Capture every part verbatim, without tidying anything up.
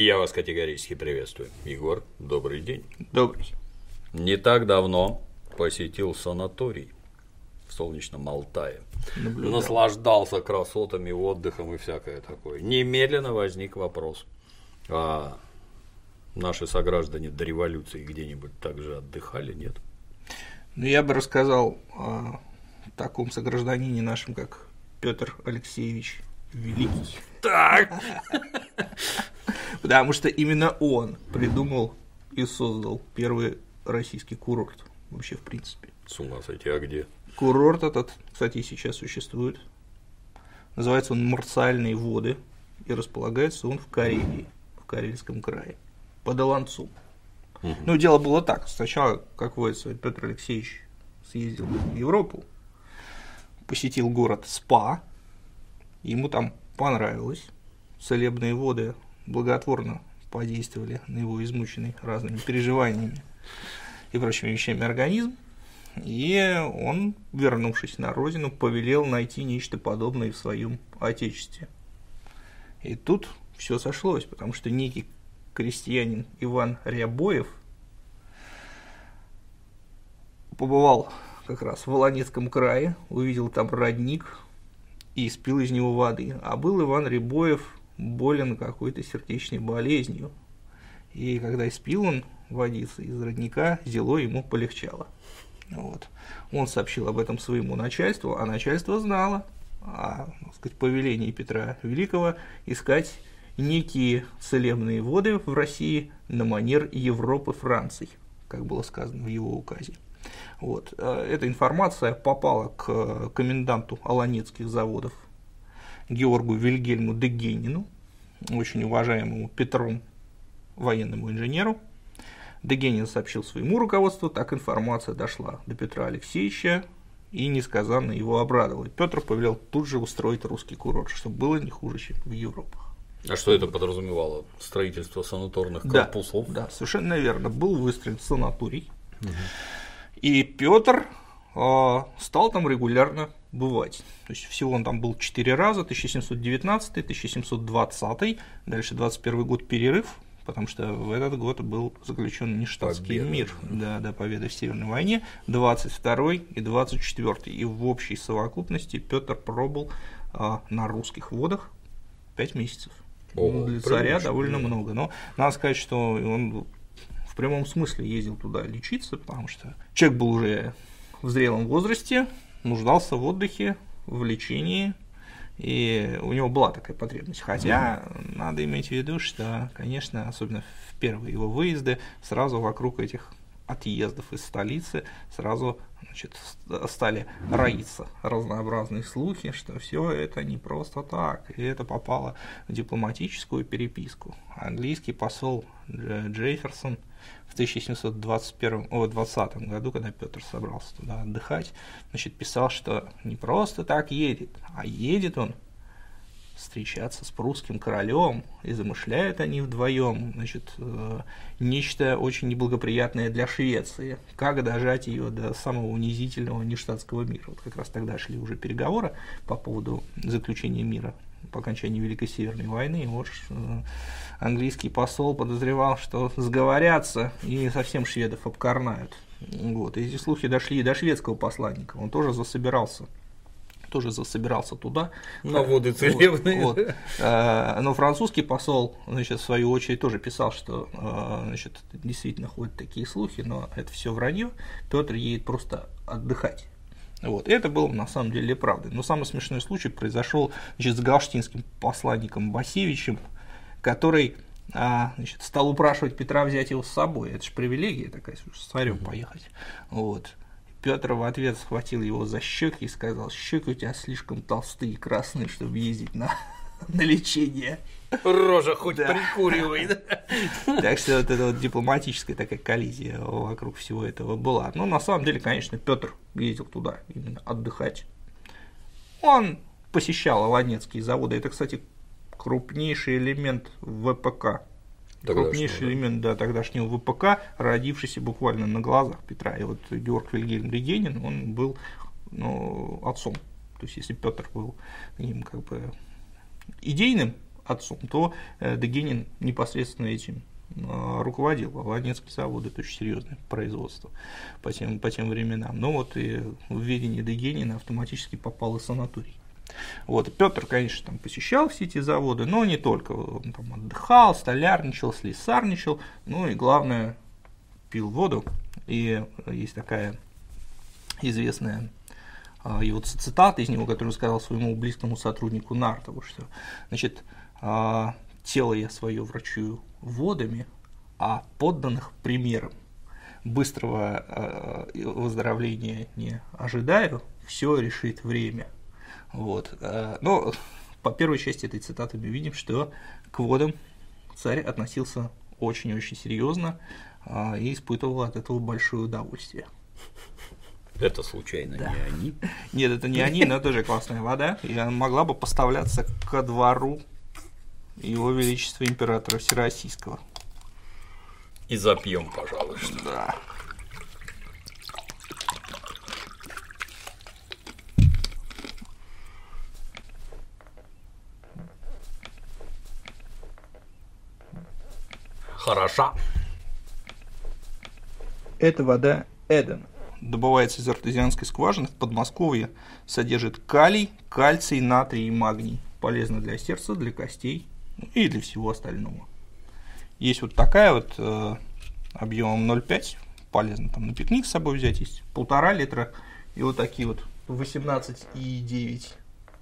Я вас категорически приветствую. Егор, добрый день. Добрый. Не так давно посетил санаторий в солнечном Алтае. Наблюдал. Наслаждался красотами, отдыхом и всякое такое. Немедленно возник вопрос. А наши сограждане до революции где-нибудь так же отдыхали, нет? Ну, я бы рассказал о таком согражданине нашем, как Петр Алексеевич Великий. Так. Потому что именно он придумал и создал первый российский курорт. Вообще, в принципе. С ума сойти, а где? Курорт этот, кстати, сейчас существует. Называется он «Марциальные воды». И располагается он в Карелии, в Карельском крае, под Олонцом. Угу. Ну, дело было так. Сначала, как водится, Петр Алексеевич съездил в Европу, посетил город Спа. Ему там понравилось. Целебные воды благотворно подействовали на его измученный разными переживаниями и прочими вещами организм. И он, вернувшись на родину, повелел найти нечто подобное в своем отечестве. И тут все сошлось, потому что некий крестьянин Иван Рябоев побывал как раз в Волонецком крае, увидел там родник и испил из него воды. А был Иван Рябоев болен какой-то сердечной болезнью. И когда испил он водицы из родника, зело ему полегчало. Вот. Он сообщил об этом своему начальству, а начальство знало о, так сказать, повелении Петра Великого искать некие целебные воды в России на манер Европы Франции, как было сказано в его указе. Вот. Эта информация попала к коменданту Олонецких заводов Георгу Вильгельму де Генину, очень уважаемому Петром военному инженеру. Де Генин сообщил своему руководству, так информация дошла до Петра Алексеевича и несказанно его обрадовала. Петр повелел тут же устроить русский курорт, чтобы было не хуже, чем в Европе. А что это подразумевало? Строительство санаторных корпусов? Да, да, совершенно верно. Был выстроен санаторий, угу. И Петр э, стал там регулярно бывать. То есть всего он там был четыре раза: тысяча семьсот девятнадцатый, тысяча семьсот двадцатый, дальше двадцать первый год перерыв, потому что в этот год был заключен нештатский победа. Мир, да, да, победа в Северной войне, двадцать второй и двадцать четвёртый. И в общей совокупности Петр пробыл а, на русских водах пять месяцев. О, для царя довольно да. много. Но надо сказать, что он в прямом смысле ездил туда лечиться, потому что человек был уже в зрелом возрасте, нуждался в отдыхе, в лечении. И у него была такая потребность. Хотя надо иметь в виду, что, конечно, особенно в первые его выезды, сразу вокруг этих отъездов из столицы сразу, значит, стали роиться разнообразные слухи, что все это не просто так, и это попало в дипломатическую переписку. Английский посол Джефферсон в тысяча семьсот двадцать первом, о, двадцатом году, когда Петр собрался туда отдыхать, значит, писал, что не просто так едет, а едет он встречаться с прусским королем, и замышляют они вдвоем, значит, э, нечто очень неблагоприятное для Швеции, как дожать ее до самого унизительного нештатского мира. Вот как раз тогда шли уже переговоры по поводу заключения мира по окончании Великой Северной войны, и вот э, английский посол подозревал, что сговорятся и совсем шведов обкорнают. Вот. И эти слухи дошли и до шведского посланника, он тоже засобирался. тоже засобирался туда. На воды целебные. Вот, вот. Но французский посол, значит, в свою очередь тоже писал, что, значит, действительно ходят такие слухи, но это все вранье. Петр едет просто отдыхать. Вот. И это было на самом деле правдой. Но самый смешной случай произошел, значит, с галштинским посланником Басевичем, который, значит, стал упрашивать Петра взять его с собой. Это же привилегия такая, с царем поехать. Вот. Петр в ответ схватил его за щеки и сказал: щеки у тебя слишком толстые и красные, чтобы ездить на, на лечение. Рожа хоть да. прикуривай. Так что вот эта вот дипломатическая такая коллизия вокруг всего этого была. Но на самом деле, конечно, Петр ездил туда именно отдыхать. Он посещал Олонецкие заводы. Это, кстати, крупнейший элемент ВПК. Крупнейший да. элемент да, тогдашнего ВПК, родившийся буквально на глазах Петра. И вот Георг Вильгельм де Генин, он был ну, отцом. То есть, если Петр был таким как бы идейным отцом, то Дегенин непосредственно этим руководил. Волонецкие заводы, это очень серьезное производство по тем, по тем временам. Но вот и в ведение Дегенина автоматически попал и санаторий. Вот. Петр, конечно, там посещал все эти заводы, но не только. Он там отдыхал, столярничал, слесарничал, ну и главное, пил воду. И есть такая известная его цитата из него, которую сказал своему близкому сотруднику Нартову, что, значит, тело я свое врачую водами, а подданных примером. Быстрого выздоровления не ожидаю, все решит время. Вот. Но по первой части этой цитаты мы видим, что к водам царь относился очень-очень серьезно и испытывал от этого большое удовольствие. Это случайно да. не они? Нет, это не они, но тоже классная вода, и она могла бы поставляться ко двору Его Величества императора Всероссийского. И запьем, пожалуй. Что. Да. Хороша. Это вода Эдена. Добывается из артезианской скважины в Подмосковье. Содержит калий, кальций, натрий и магний. Полезно для сердца, для костей и для всего остального. Есть вот такая вот э, объемом ноль целых пять. Полезно там на пикник с собой взять. Есть полтора литра. И вот такие вот восемнадцать и девять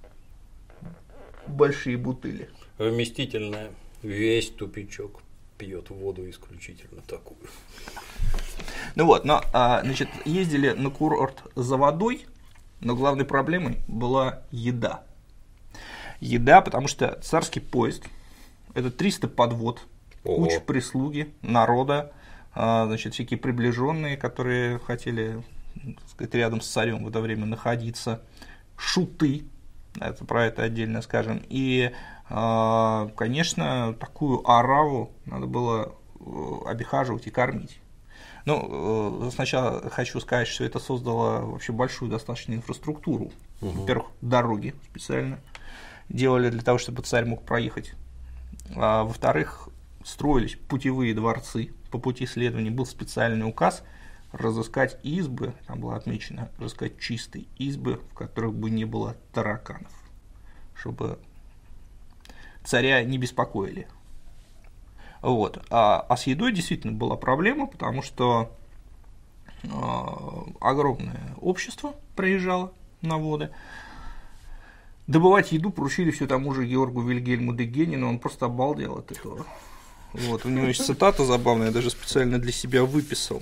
большие бутыли. Вместительная. Весь тупичок пьет воду исключительно такую. Ну вот, но, а, значит, ездили на курорт за водой, но главной проблемой была еда. Еда, потому что царский поезд – это триста подвод, Ого. Куча прислуги, народа, а, значит, всякие приближенные, которые хотели, так сказать, рядом с царем в это время находиться, шуты, это, про это отдельно скажем, и, а, конечно, такую ораву надо было обихаживать и кормить. Ну, сначала хочу сказать, что это создало вообще большую достаточно инфраструктуру. Угу. Во-первых, дороги специально делали для того, чтобы царь мог проехать. А, во-вторых, строились путевые дворцы. По пути следования был специальный указ разыскать избы, там было отмечено, разыскать чистые избы, в которых бы не было тараканов, чтобы царя не беспокоили. Вот. А, а с едой действительно была проблема, потому что э, огромное общество приезжало на воды. Добывать еду поручили все тому же Георгу Вильгельму Дегенину, он просто обалдел от этого. Вот. У него есть цитата забавная, я даже специально для себя выписал.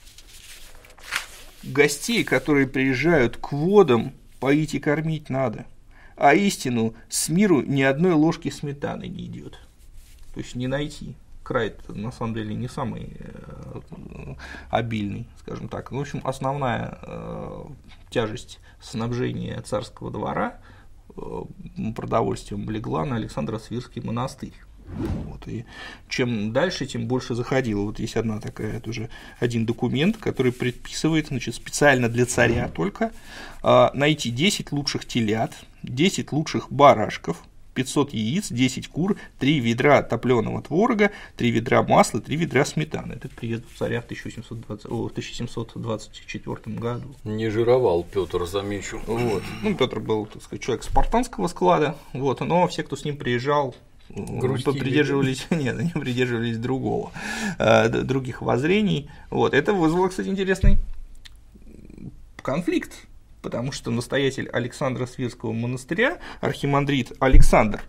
«Гостей, которые приезжают к водам, поить и кормить надо, а истину с миру ни одной ложки сметаны не идет». То есть не найти. Край на самом деле не самый э, обильный, скажем так. Ну, в общем, основная э, тяжесть снабжения царского двора э, продовольствием легла на Александро-Свирский монастырь. Вот, и чем дальше, тем больше заходило. Вот есть одна такая, тоже один документ, который предписывает, значит, специально для царя только э, найти десять лучших телят, десять лучших барашков, пятьсот яиц, десять кур, три ведра топленого творога, три ведра масла, три ведра сметаны. Это к приезду царя в тысяча семьсот двадцать четвёртом году. Не жировал Петр, замечу. Вот. Ну, Петр был, так сказать, человек спартанского склада, вот, но все, кто с ним приезжал, грустили. придерживались, нет, они придерживались другого, других воззрений. Вот. Это вызвало, кстати, интересный конфликт. Потому что настоятель Александро-Свирского монастыря, архимандрит Александр,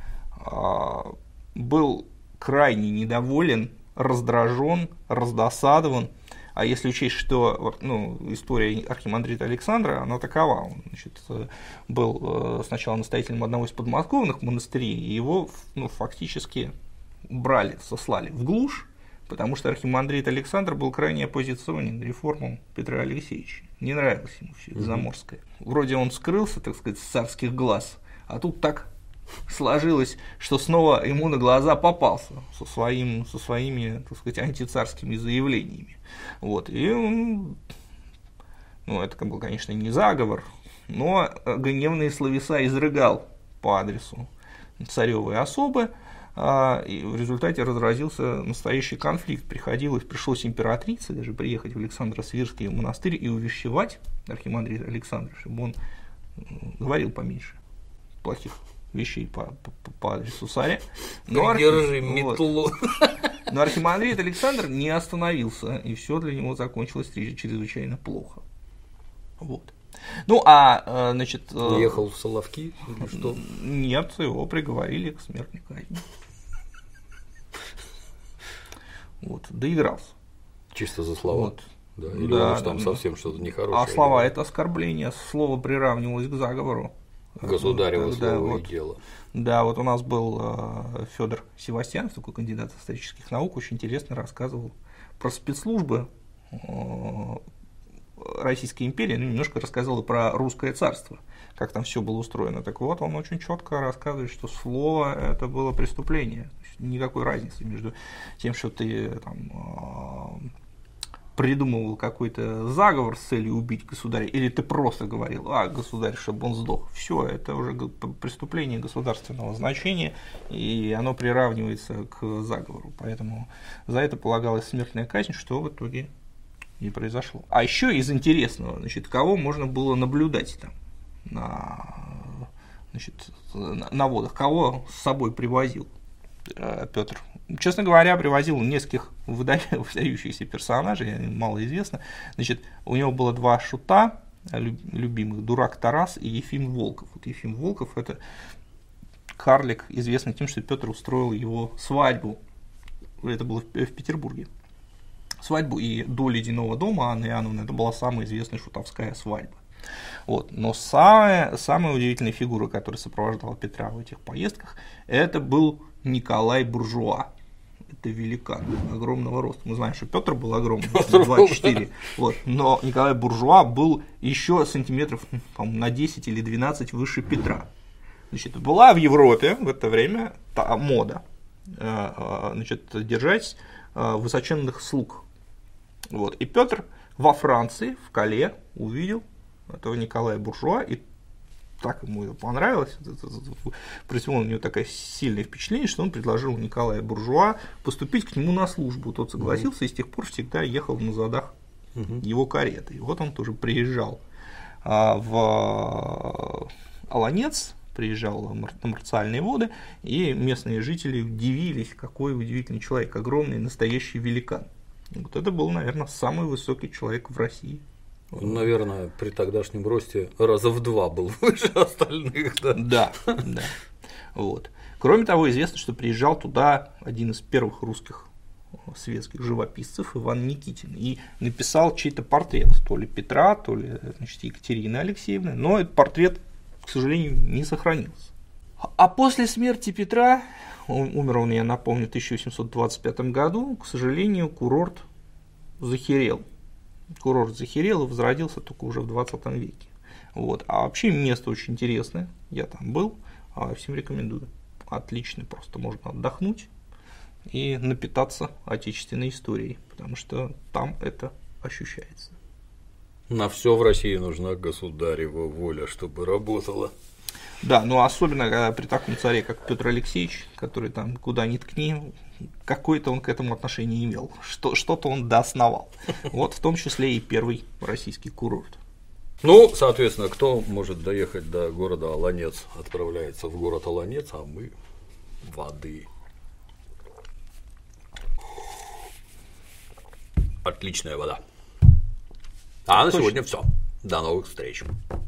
был крайне недоволен, раздражен, раздосадован. А если учесть, что ну, история архимандрита Александра, она такова. Он, значит, был сначала настоятелем одного из подмосковных монастырей, и его ну, фактически брали, сослали в глушь, потому что архимандрит Александр был крайне оппозиционен реформам Петра Алексеевича. Не нравилось ему все это заморское. Вроде он скрылся, так сказать, с царских глаз, а тут так сложилось, что снова ему на глаза попался со, своим, со своими, так сказать, антицарскими заявлениями. Вот. И он, ну, это был, конечно, не заговор, но гневные словеса изрыгал по адресу царевой особы, и в результате разразился настоящий конфликт. Приходилось, пришлось императрице даже приехать в Александро-Свирский монастырь и увещевать архимандрита Александра, чтобы он говорил поменьше плохих вещей по, по, по адресу царя. Но, Придержи метлу. Но архимандрит Александр не остановился, и все для него закончилось чрезвычайно плохо. Вот. Ну, а, значит... Уехал в Соловки или что? Нет, его приговорили к смертной казни. Вот, доигрался. Чисто за слова? Вот. Да, или да, уж там да, совсем да. что-то нехорошее. А слова – это оскорбление, слово приравнивалось к заговору. Государево слово вот, и дело. Да, вот у нас был э, Федор Севастьянов, такой кандидат исторических наук, очень интересно рассказывал про спецслужбы э, Российской империи, ну, немножко рассказывал и про русское царство, как там все было устроено. Так вот, он очень четко рассказывает, что слово – это было преступление. Никакой разницы между тем, что ты там, придумывал какой-то заговор с целью убить государя, или ты просто говорил, а, государь, чтобы он сдох. Все, это уже преступление государственного значения, и оно приравнивается к заговору. Поэтому за это полагалась смертная казнь, что в итоге и произошло. А еще из интересного, значит, кого можно было наблюдать там на, значит, на водах, кого с собой привозил Петр. Честно говоря, привозил нескольких выдающихся персонажей, мало известно. Значит, у него было два шута любимых, Дурак Тарас и Ефим Волков. Вот Ефим Волков – это карлик, известный тем, что Петр устроил его свадьбу. Это было в Петербурге. Свадьбу и до Ледяного дома Анны Иоанновны это была самая известная шутовская свадьба. Вот. Но самая, самая удивительная фигура, которая сопровождала Петра в этих поездках, это был Николай Буржуа. Это великан огромного роста. Мы знаем, что Петр был огромный, двадцать четыре. Вот. Но Николай Буржуа был еще сантиметров, по-моему, на десять или двенадцать выше Петра. Значит, была в Европе в это время та мода, значит, держать высоченных слуг. Вот. И Петр во Франции, в Кале, увидел этого Николая Буржуа, и так ему это понравилось, произвело на него такое сильное впечатление, что он предложил Николаю Буржуа поступить к нему на службу. Тот согласился, угу. И с тех пор всегда ехал на задах угу. его кареты. И вот он тоже приезжал а, в Олонец, приезжал на Марциальные воды, и местные жители удивились, какой удивительный человек, огромный, настоящий великан. Вот это был, наверное, самый высокий человек в России. Он, наверное, при тогдашнем росте раза в два был выше остальных. Да, да. да. Вот. Кроме того, известно, что приезжал туда один из первых русских светских живописцев Иван Никитин и написал чей-то портрет, то ли Петра, то ли, значит, Екатерины Алексеевны, но этот портрет, к сожалению, не сохранился. А после смерти Петра, умер он, я напомню, в тысяча восемьсот двадцать пятом году, к сожалению, курорт захерел. Курорт захерел и возродился только уже в двадцатом веке. Вот. А вообще место очень интересное, я там был, всем рекомендую. Отлично, просто можно отдохнуть и напитаться отечественной историей, потому что там это ощущается. На все в России нужна государева воля, чтобы работала. Да, но особенно когда при таком царе, как Петр Алексеевич, который там куда ни ткни, какое-то он к этому отношение имел, что, что-то он доосновал. Вот в том числе и первый российский курорт. Ну, соответственно, кто может доехать до города Олонец, отправляется в город Олонец, а мы воды. Отличная вода. А на сегодня все. До новых встреч.